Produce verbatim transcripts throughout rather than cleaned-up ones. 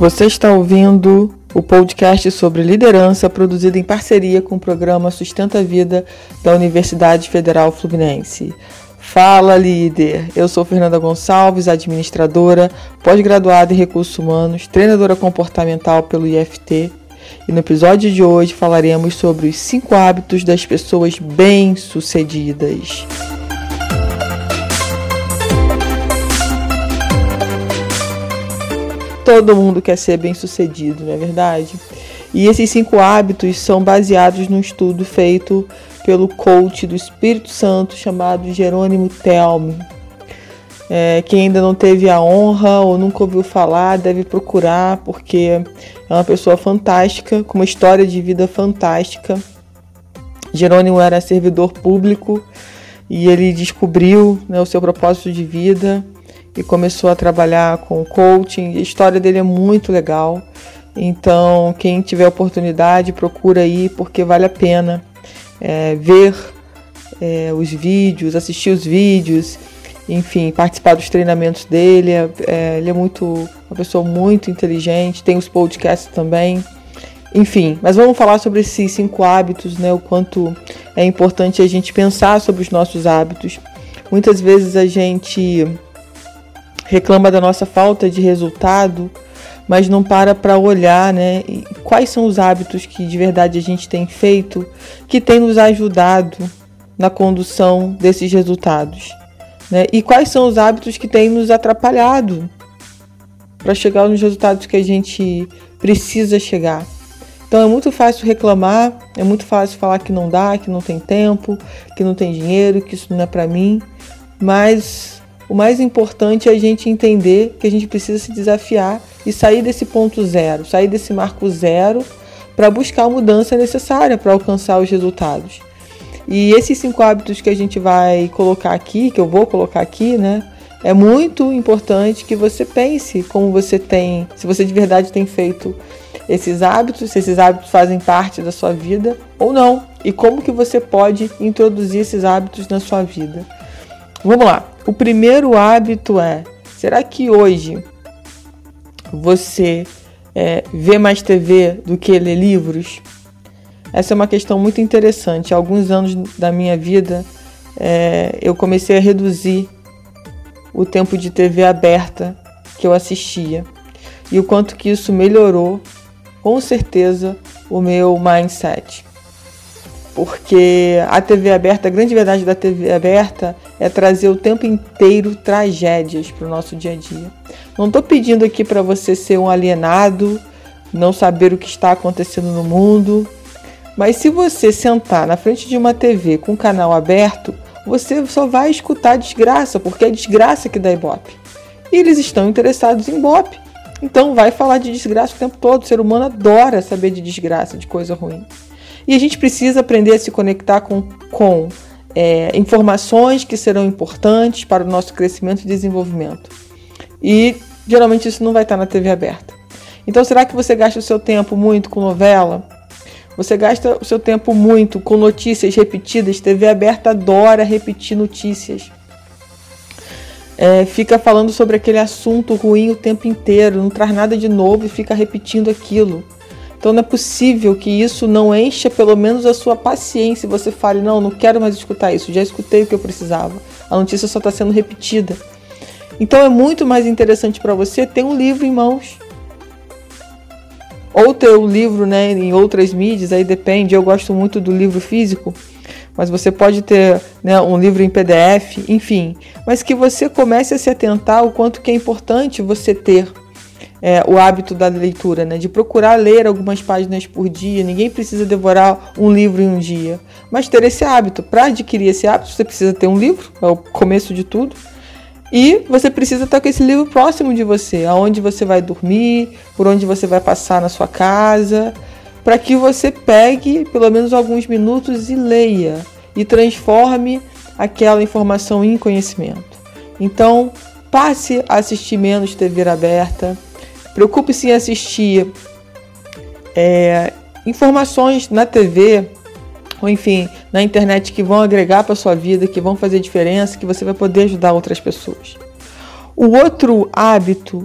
Você está ouvindo o podcast sobre liderança produzido em parceria com o programa Sustenta a Vida da Universidade Federal Fluminense. Fala, líder! Eu sou Fernanda Gonçalves, administradora, pós-graduada em Recursos Humanos, treinadora comportamental pelo I F T. E no episódio de hoje falaremos sobre os cinco hábitos das pessoas bem-sucedidas. Todo mundo quer ser bem-sucedido, não é verdade? E esses cinco hábitos são baseados num estudo feito pelo coach do Espírito Santo chamado Jerônimo Telmi. É, quem ainda não teve a honra ou nunca ouviu falar deve procurar, porque é uma pessoa fantástica, com uma história de vida fantástica. Jerônimo era servidor público e ele descobriu, né, o seu propósito de vida e começou a trabalhar com coaching. A história dele é muito legal, então quem tiver oportunidade procura aí, porque vale a pena é, ver é, os vídeos, assistir os vídeos, enfim, participar dos treinamentos dele. É, ele é muito, uma pessoa muito inteligente, tem os podcasts também, enfim. Mas vamos falar sobre esses cinco hábitos, né, o quanto é importante a gente pensar sobre os nossos hábitos. Muitas vezes a gente reclama da nossa falta de resultado, mas não para para olhar, né, quais são os hábitos que de verdade a gente tem feito, que tem nos ajudado na condução desses resultados, né? E quais são os hábitos que têm nos atrapalhado para chegar nos resultados que a gente precisa chegar. Então é muito fácil reclamar, é muito fácil falar que não dá, que não tem tempo, que não tem dinheiro, que isso não é para mim, mas o mais importante é a gente entender que a gente precisa se desafiar e sair desse ponto zero, sair desse marco zero para buscar a mudança necessária para alcançar os resultados. E esses cinco hábitos que a gente vai colocar aqui, que eu vou colocar aqui, né, é muito importante que você pense como você tem, se você de verdade tem feito esses hábitos, se esses hábitos fazem parte da sua vida ou não, e como que você pode introduzir esses hábitos na sua vida. Vamos lá. O primeiro hábito é, será que hoje você é, vê mais T V do que lê livros? Essa é uma questão muito interessante. Há alguns anos da minha vida, é, eu comecei a reduzir o tempo de T V aberta que eu assistia. E o quanto que isso melhorou, com certeza, o meu mindset. Porque a T V aberta, a grande verdade da T V aberta é trazer o tempo inteiro tragédias para o nosso dia a dia. Não estou pedindo aqui para você ser um alienado, não saber o que está acontecendo no mundo, mas se você sentar na frente de uma T V com o canal aberto, você só vai escutar desgraça, porque é desgraça que dá ibope. E eles estão interessados em ibope, então vai falar de desgraça o tempo todo. O ser humano adora saber de desgraça, de coisa ruim. E a gente precisa aprender a se conectar com, com é, informações que serão importantes para o nosso crescimento e desenvolvimento. E geralmente isso não vai estar na T V aberta. Então será que você gasta o seu tempo muito com novela? Você gasta o seu tempo muito com notícias repetidas? T V aberta adora repetir notícias. É, fica falando sobre aquele assunto ruim o tempo inteiro, não traz nada de novo e fica repetindo aquilo. Então não é possível que isso não encha pelo menos a sua paciência e você fale, não, não quero mais escutar isso, já escutei o que eu precisava. A notícia só está sendo repetida. Então é muito mais interessante para você ter um livro em mãos. Ou ter o livro, né, em outras mídias, aí depende. Eu gosto muito do livro físico, mas você pode ter, né, um livro em P D F, enfim. Mas que você comece a se atentar ao quanto que é importante você ter É, o hábito da leitura, né? De procurar ler algumas páginas por dia. Ninguém precisa devorar um livro em um dia, mas ter esse hábito. Para adquirir esse hábito, você precisa ter um livro, é o começo de tudo, e você precisa estar com esse livro próximo de você, aonde você vai dormir, por onde você vai passar na sua casa, para que você pegue pelo menos alguns minutos e leia, e transforme aquela informação em conhecimento. Então, passe a assistir menos T V aberta. Preocupe-se em assistir é, informações na T V, ou enfim, na internet, que vão agregar para a sua vida, que vão fazer diferença, que você vai poder ajudar outras pessoas. O outro hábito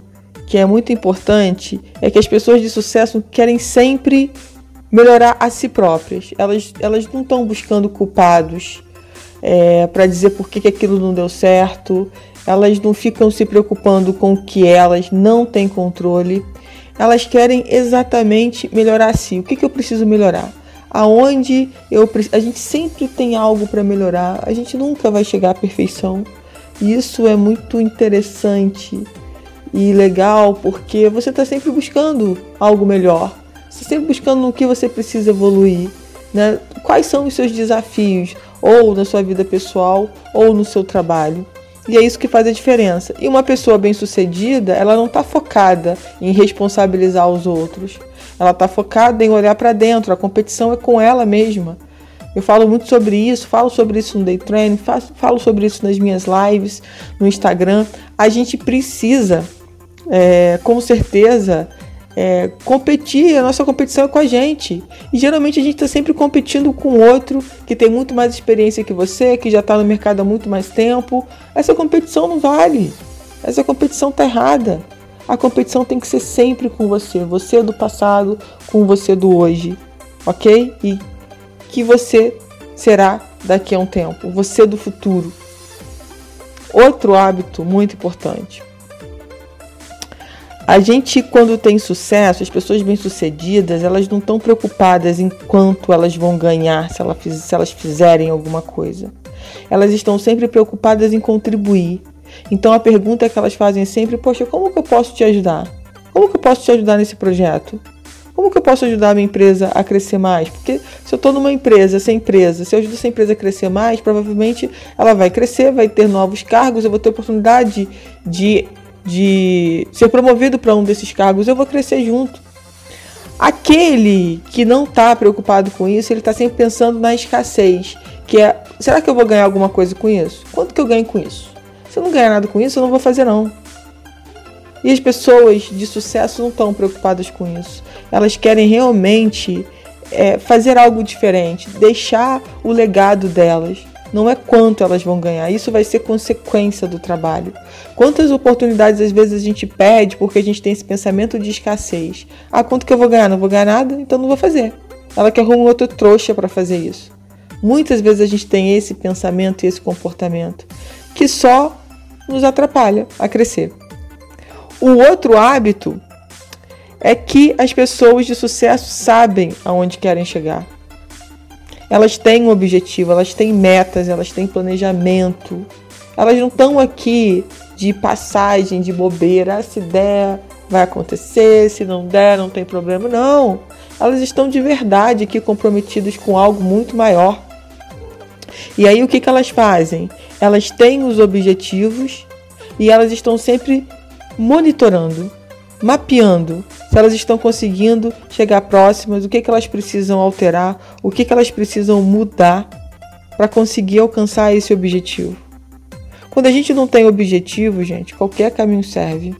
que é muito importante é que as pessoas de sucesso querem sempre melhorar a si próprias. Elas, elas não estão buscando culpados é, para dizer por que, que aquilo não deu certo. Elas não ficam se preocupando com o que elas não têm controle. Elas querem exatamente melhorar a si. O que, que eu preciso melhorar? Aonde eu preciso... A gente sempre tem algo para melhorar. A gente nunca vai chegar à perfeição. E isso é muito interessante e legal, porque você está sempre buscando algo melhor. Você está sempre buscando no que você precisa evoluir, né? Quais são os seus desafios, ou na sua vida pessoal, ou no seu trabalho. E é isso que faz a diferença. E uma pessoa bem-sucedida, ela não está focada em responsabilizar os outros. Ela está focada em olhar para dentro. A competição é com ela mesma. Eu falo muito sobre isso, falo sobre isso no Day Training, falo sobre isso nas minhas lives, no Instagram. A gente precisa, é, com certeza, é, competir. A nossa competição é com a gente. E geralmente a gente está sempre competindo com outro que tem muito mais experiência que você, que já está no mercado há muito mais tempo. Essa competição não vale. Essa competição está errada. A competição tem que ser sempre com você. Você do passado com você do hoje. Ok? E que você será daqui a um tempo. Você do futuro. Outro hábito muito importante. A gente, quando tem sucesso, as pessoas bem-sucedidas, elas não estão preocupadas em quanto elas vão ganhar se, ela, se elas fizerem alguma coisa. Elas estão sempre preocupadas em contribuir. Então a pergunta que elas fazem é sempre: poxa, como que eu posso te ajudar? Como que eu posso te ajudar nesse projeto? Como que eu posso ajudar a minha empresa a crescer mais? Porque se eu estou numa empresa, essa empresa, se eu ajudo essa empresa a crescer mais, provavelmente ela vai crescer, vai ter novos cargos, eu vou ter oportunidade de, de ser promovido para um desses cargos, eu vou crescer junto. Aquele que não está preocupado com isso, ele está sempre pensando na escassez, que é: será que eu vou ganhar alguma coisa com isso? Quanto que eu ganho com isso? Se eu não ganhar nada com isso, eu não vou fazer não. E as pessoas de sucesso não estão preocupadas com isso. Elas querem realmente é, fazer algo diferente, deixar o legado delas. Não é quanto elas vão ganhar, isso vai ser consequência do trabalho. Quantas oportunidades às vezes a gente perde porque a gente tem esse pensamento de escassez? Ah, quanto que eu vou ganhar? Não vou ganhar nada, então não vou fazer. Ela quer arrumar outro trouxa para fazer isso. Muitas vezes a gente tem esse pensamento e esse comportamento que só nos atrapalha a crescer. O outro hábito é que as pessoas de sucesso sabem aonde querem chegar. Elas têm um objetivo, elas têm metas, elas têm planejamento. Elas não estão aqui de passagem, de bobeira. Se der, vai acontecer. Se não der, não tem problema. Não. Elas estão de verdade aqui comprometidas com algo muito maior. E aí o que, que elas fazem? Elas têm os objetivos e elas estão sempre monitorando, mapeando se elas estão conseguindo chegar próximas, o que, que elas precisam alterar, o que, que elas precisam mudar para conseguir alcançar esse objetivo. Quando a gente não tem objetivo, gente, qualquer caminho serve.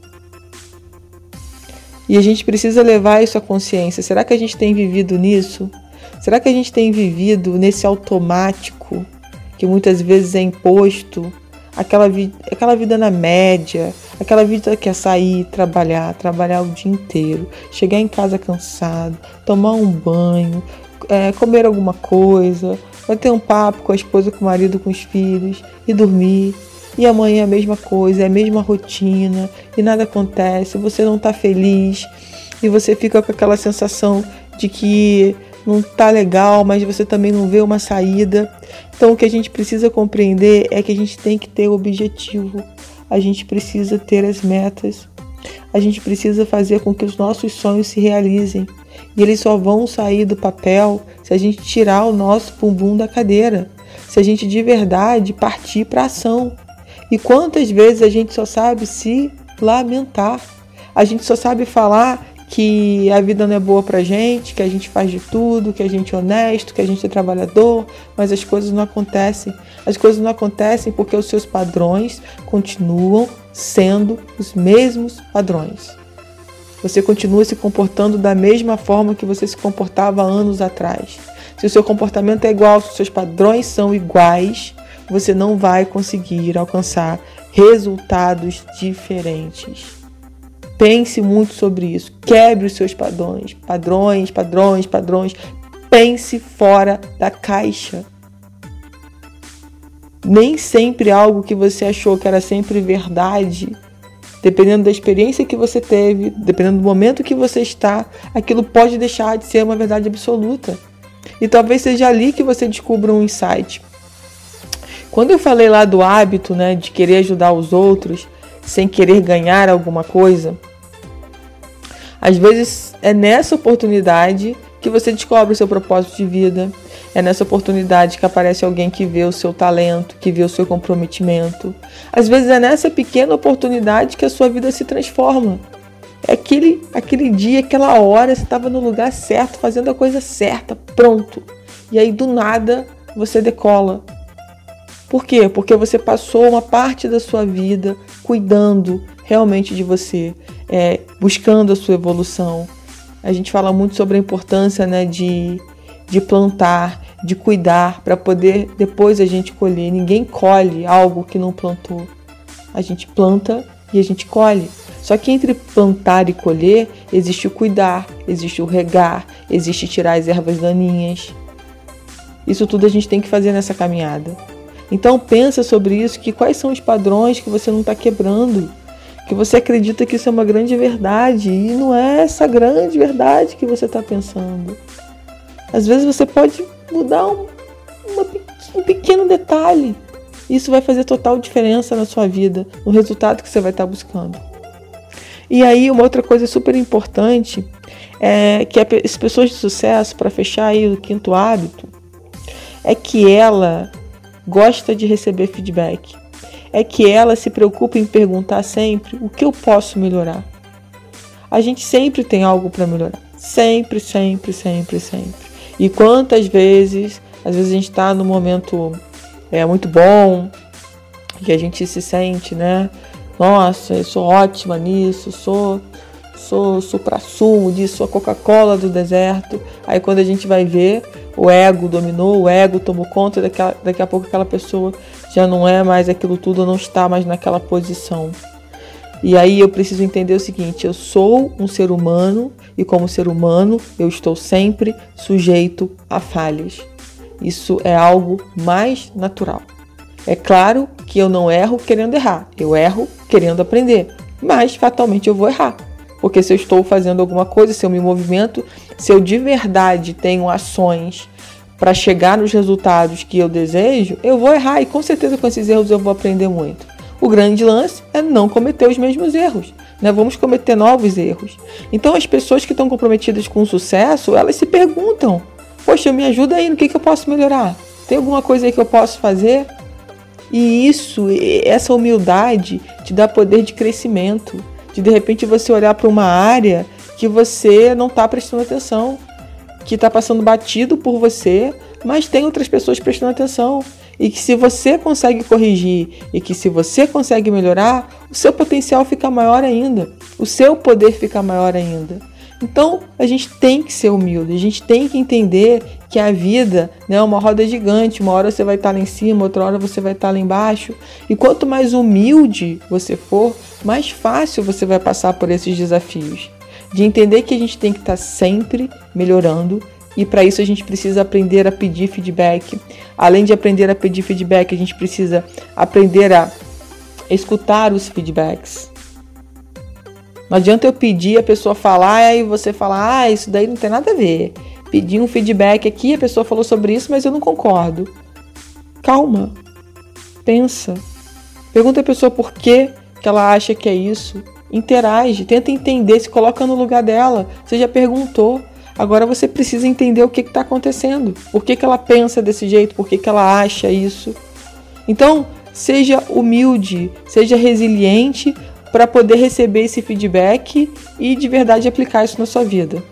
E a gente precisa levar isso à consciência. Será que a gente tem vivido nisso? Será que a gente tem vivido nesse automático que muitas vezes é imposto? Aquela, vi- aquela vida na média, aquela vida que é sair, trabalhar, trabalhar o dia inteiro, chegar em casa cansado, tomar um banho, é, comer alguma coisa, bater um papo com a esposa, com o marido, com os filhos e dormir. E amanhã é a mesma coisa, é a mesma rotina e nada acontece, você não está feliz e você fica com aquela sensação de que não está legal, mas você também não vê uma saída. Então o que a gente precisa compreender é que a gente tem que ter objetivo, a gente precisa ter as metas, a gente precisa fazer com que os nossos sonhos se realizem. E eles só vão sair do papel se a gente tirar o nosso bumbum da cadeira, se a gente de verdade partir para a ação. E quantas vezes a gente só sabe se lamentar, a gente só sabe falar que a vida não é boa pra gente, que a gente faz de tudo, que a gente é honesto, que a gente é trabalhador, mas as coisas não acontecem. As coisas não acontecem porque os seus padrões continuam sendo os mesmos padrões. Você continua se comportando da mesma forma que você se comportava anos atrás. Se o seu comportamento é igual, se os seus padrões são iguais, você não vai conseguir alcançar resultados diferentes. Pense muito sobre isso. Quebre os seus padrões. Padrões, padrões, padrões. Pense fora da caixa. Nem sempre algo que você achou que era sempre verdade, dependendo da experiência que você teve, dependendo do momento que você está, aquilo pode deixar de ser uma verdade absoluta. E talvez seja ali que você descubra um insight. Quando eu falei lá do hábito, né, de querer ajudar os outros, sem querer ganhar alguma coisa, às vezes é nessa oportunidade que você descobre o seu propósito de vida. É nessa oportunidade que aparece alguém que vê o seu talento, que vê o seu comprometimento. Às vezes é nessa pequena oportunidade que a sua vida se transforma. É aquele, aquele dia, aquela hora, você estava no lugar certo, fazendo a coisa certa, pronto. E aí, do nada, você decola. Por quê? Porque você passou uma parte da sua vida cuidando realmente de você, é, buscando a sua evolução. A gente fala muito sobre a importância, né, de, de plantar, de cuidar, para poder depois a gente colher. Ninguém colhe algo que não plantou. A gente planta e a gente colhe. Só que entre plantar e colher, existe o cuidar, existe o regar, existe tirar as ervas daninhas. Isso tudo a gente tem que fazer nessa caminhada. Então pensa sobre isso, que quais são os padrões que você não está quebrando, que você acredita que isso é uma grande verdade e não é essa grande verdade que você está pensando. Às vezes você pode mudar um, uma, um pequeno detalhe. Isso vai fazer total diferença na sua vida, no resultado que você vai estar buscando. E aí uma outra coisa super importante é que as pessoas de sucesso, para fechar aí o quinto hábito, é que ela gosta de receber feedback. É que ela se preocupa em perguntar sempre o que eu posso melhorar. A gente sempre tem algo para melhorar. Sempre, sempre, sempre, sempre. E quantas vezes, às vezes a gente está num momento é, muito bom, que a gente se sente, né? Nossa, eu sou ótima nisso, sou, sou supra-sumo disso, sou a Coca-Cola do deserto. Aí quando a gente vai ver, o ego dominou, o ego tomou conta, daquela, daqui a pouco aquela pessoa já não é mais aquilo tudo, não está mais naquela posição. E aí eu preciso entender o seguinte, eu sou um ser humano e como ser humano eu estou sempre sujeito a falhas. Isso é algo mais natural. É claro que eu não erro querendo errar, eu erro querendo aprender, mas fatalmente eu vou errar. Porque se eu estou fazendo alguma coisa, se eu me movimento, se eu de verdade tenho ações para chegar nos resultados que eu desejo, eu vou errar e com certeza com esses erros eu vou aprender muito. O grande lance é não cometer os mesmos erros, né? Vamos cometer novos erros. Então as pessoas que estão comprometidas com o sucesso, elas se perguntam, poxa, me ajuda aí, no que, que eu posso melhorar? Tem alguma coisa aí que eu posso fazer? E isso, essa humildade te dá poder de crescimento, de de repente você olhar para uma área que você não está prestando atenção, que está passando batido por você, mas tem outras pessoas prestando atenção. E que se você consegue corrigir e que se você consegue melhorar, o seu potencial fica maior ainda, o seu poder fica maior ainda. Então, a gente tem que ser humilde, a gente tem que entender que a vida, né, é uma roda gigante, uma hora você vai estar lá em cima, outra hora você vai estar lá embaixo. E quanto mais humilde você for, mais fácil você vai passar por esses desafios. De entender que a gente tem que estar sempre melhorando e para isso a gente precisa aprender a pedir feedback. Além de aprender a pedir feedback, a gente precisa aprender a escutar os feedbacks. Não adianta eu pedir, a pessoa falar e você falar, ah, isso daí não tem nada a ver. Pedi um feedback aqui, a pessoa falou sobre isso, mas eu não concordo. Calma. Pensa. Pergunta a pessoa por que que ela acha que é isso. Interage, tenta entender, se coloca no lugar dela. Você já perguntou. Agora você precisa entender o que está acontecendo. Por que que ela pensa desse jeito? Por que que ela acha isso? Então, seja humilde, seja resiliente para poder receber esse feedback e de verdade aplicar isso na sua vida.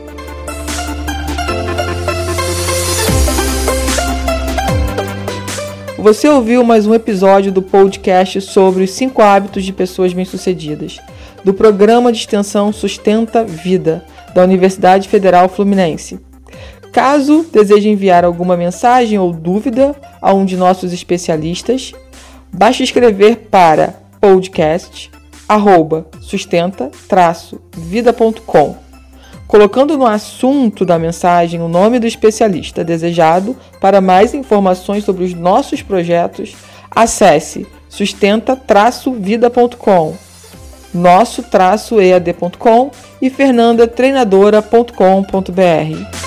Você ouviu mais um episódio do podcast sobre os cinco hábitos de pessoas bem-sucedidas, do programa de extensão Sustenta Vida, da Universidade Federal Fluminense. Caso deseje enviar alguma mensagem ou dúvida a um de nossos especialistas, basta escrever para podcast arroba sustenta traço vida ponto com, colocando no assunto da mensagem o nome do especialista desejado. Para mais informações sobre os nossos projetos, acesse sustenta traço vida ponto com, nosso traço e a d ponto com e fernanda treinadora ponto com ponto b r.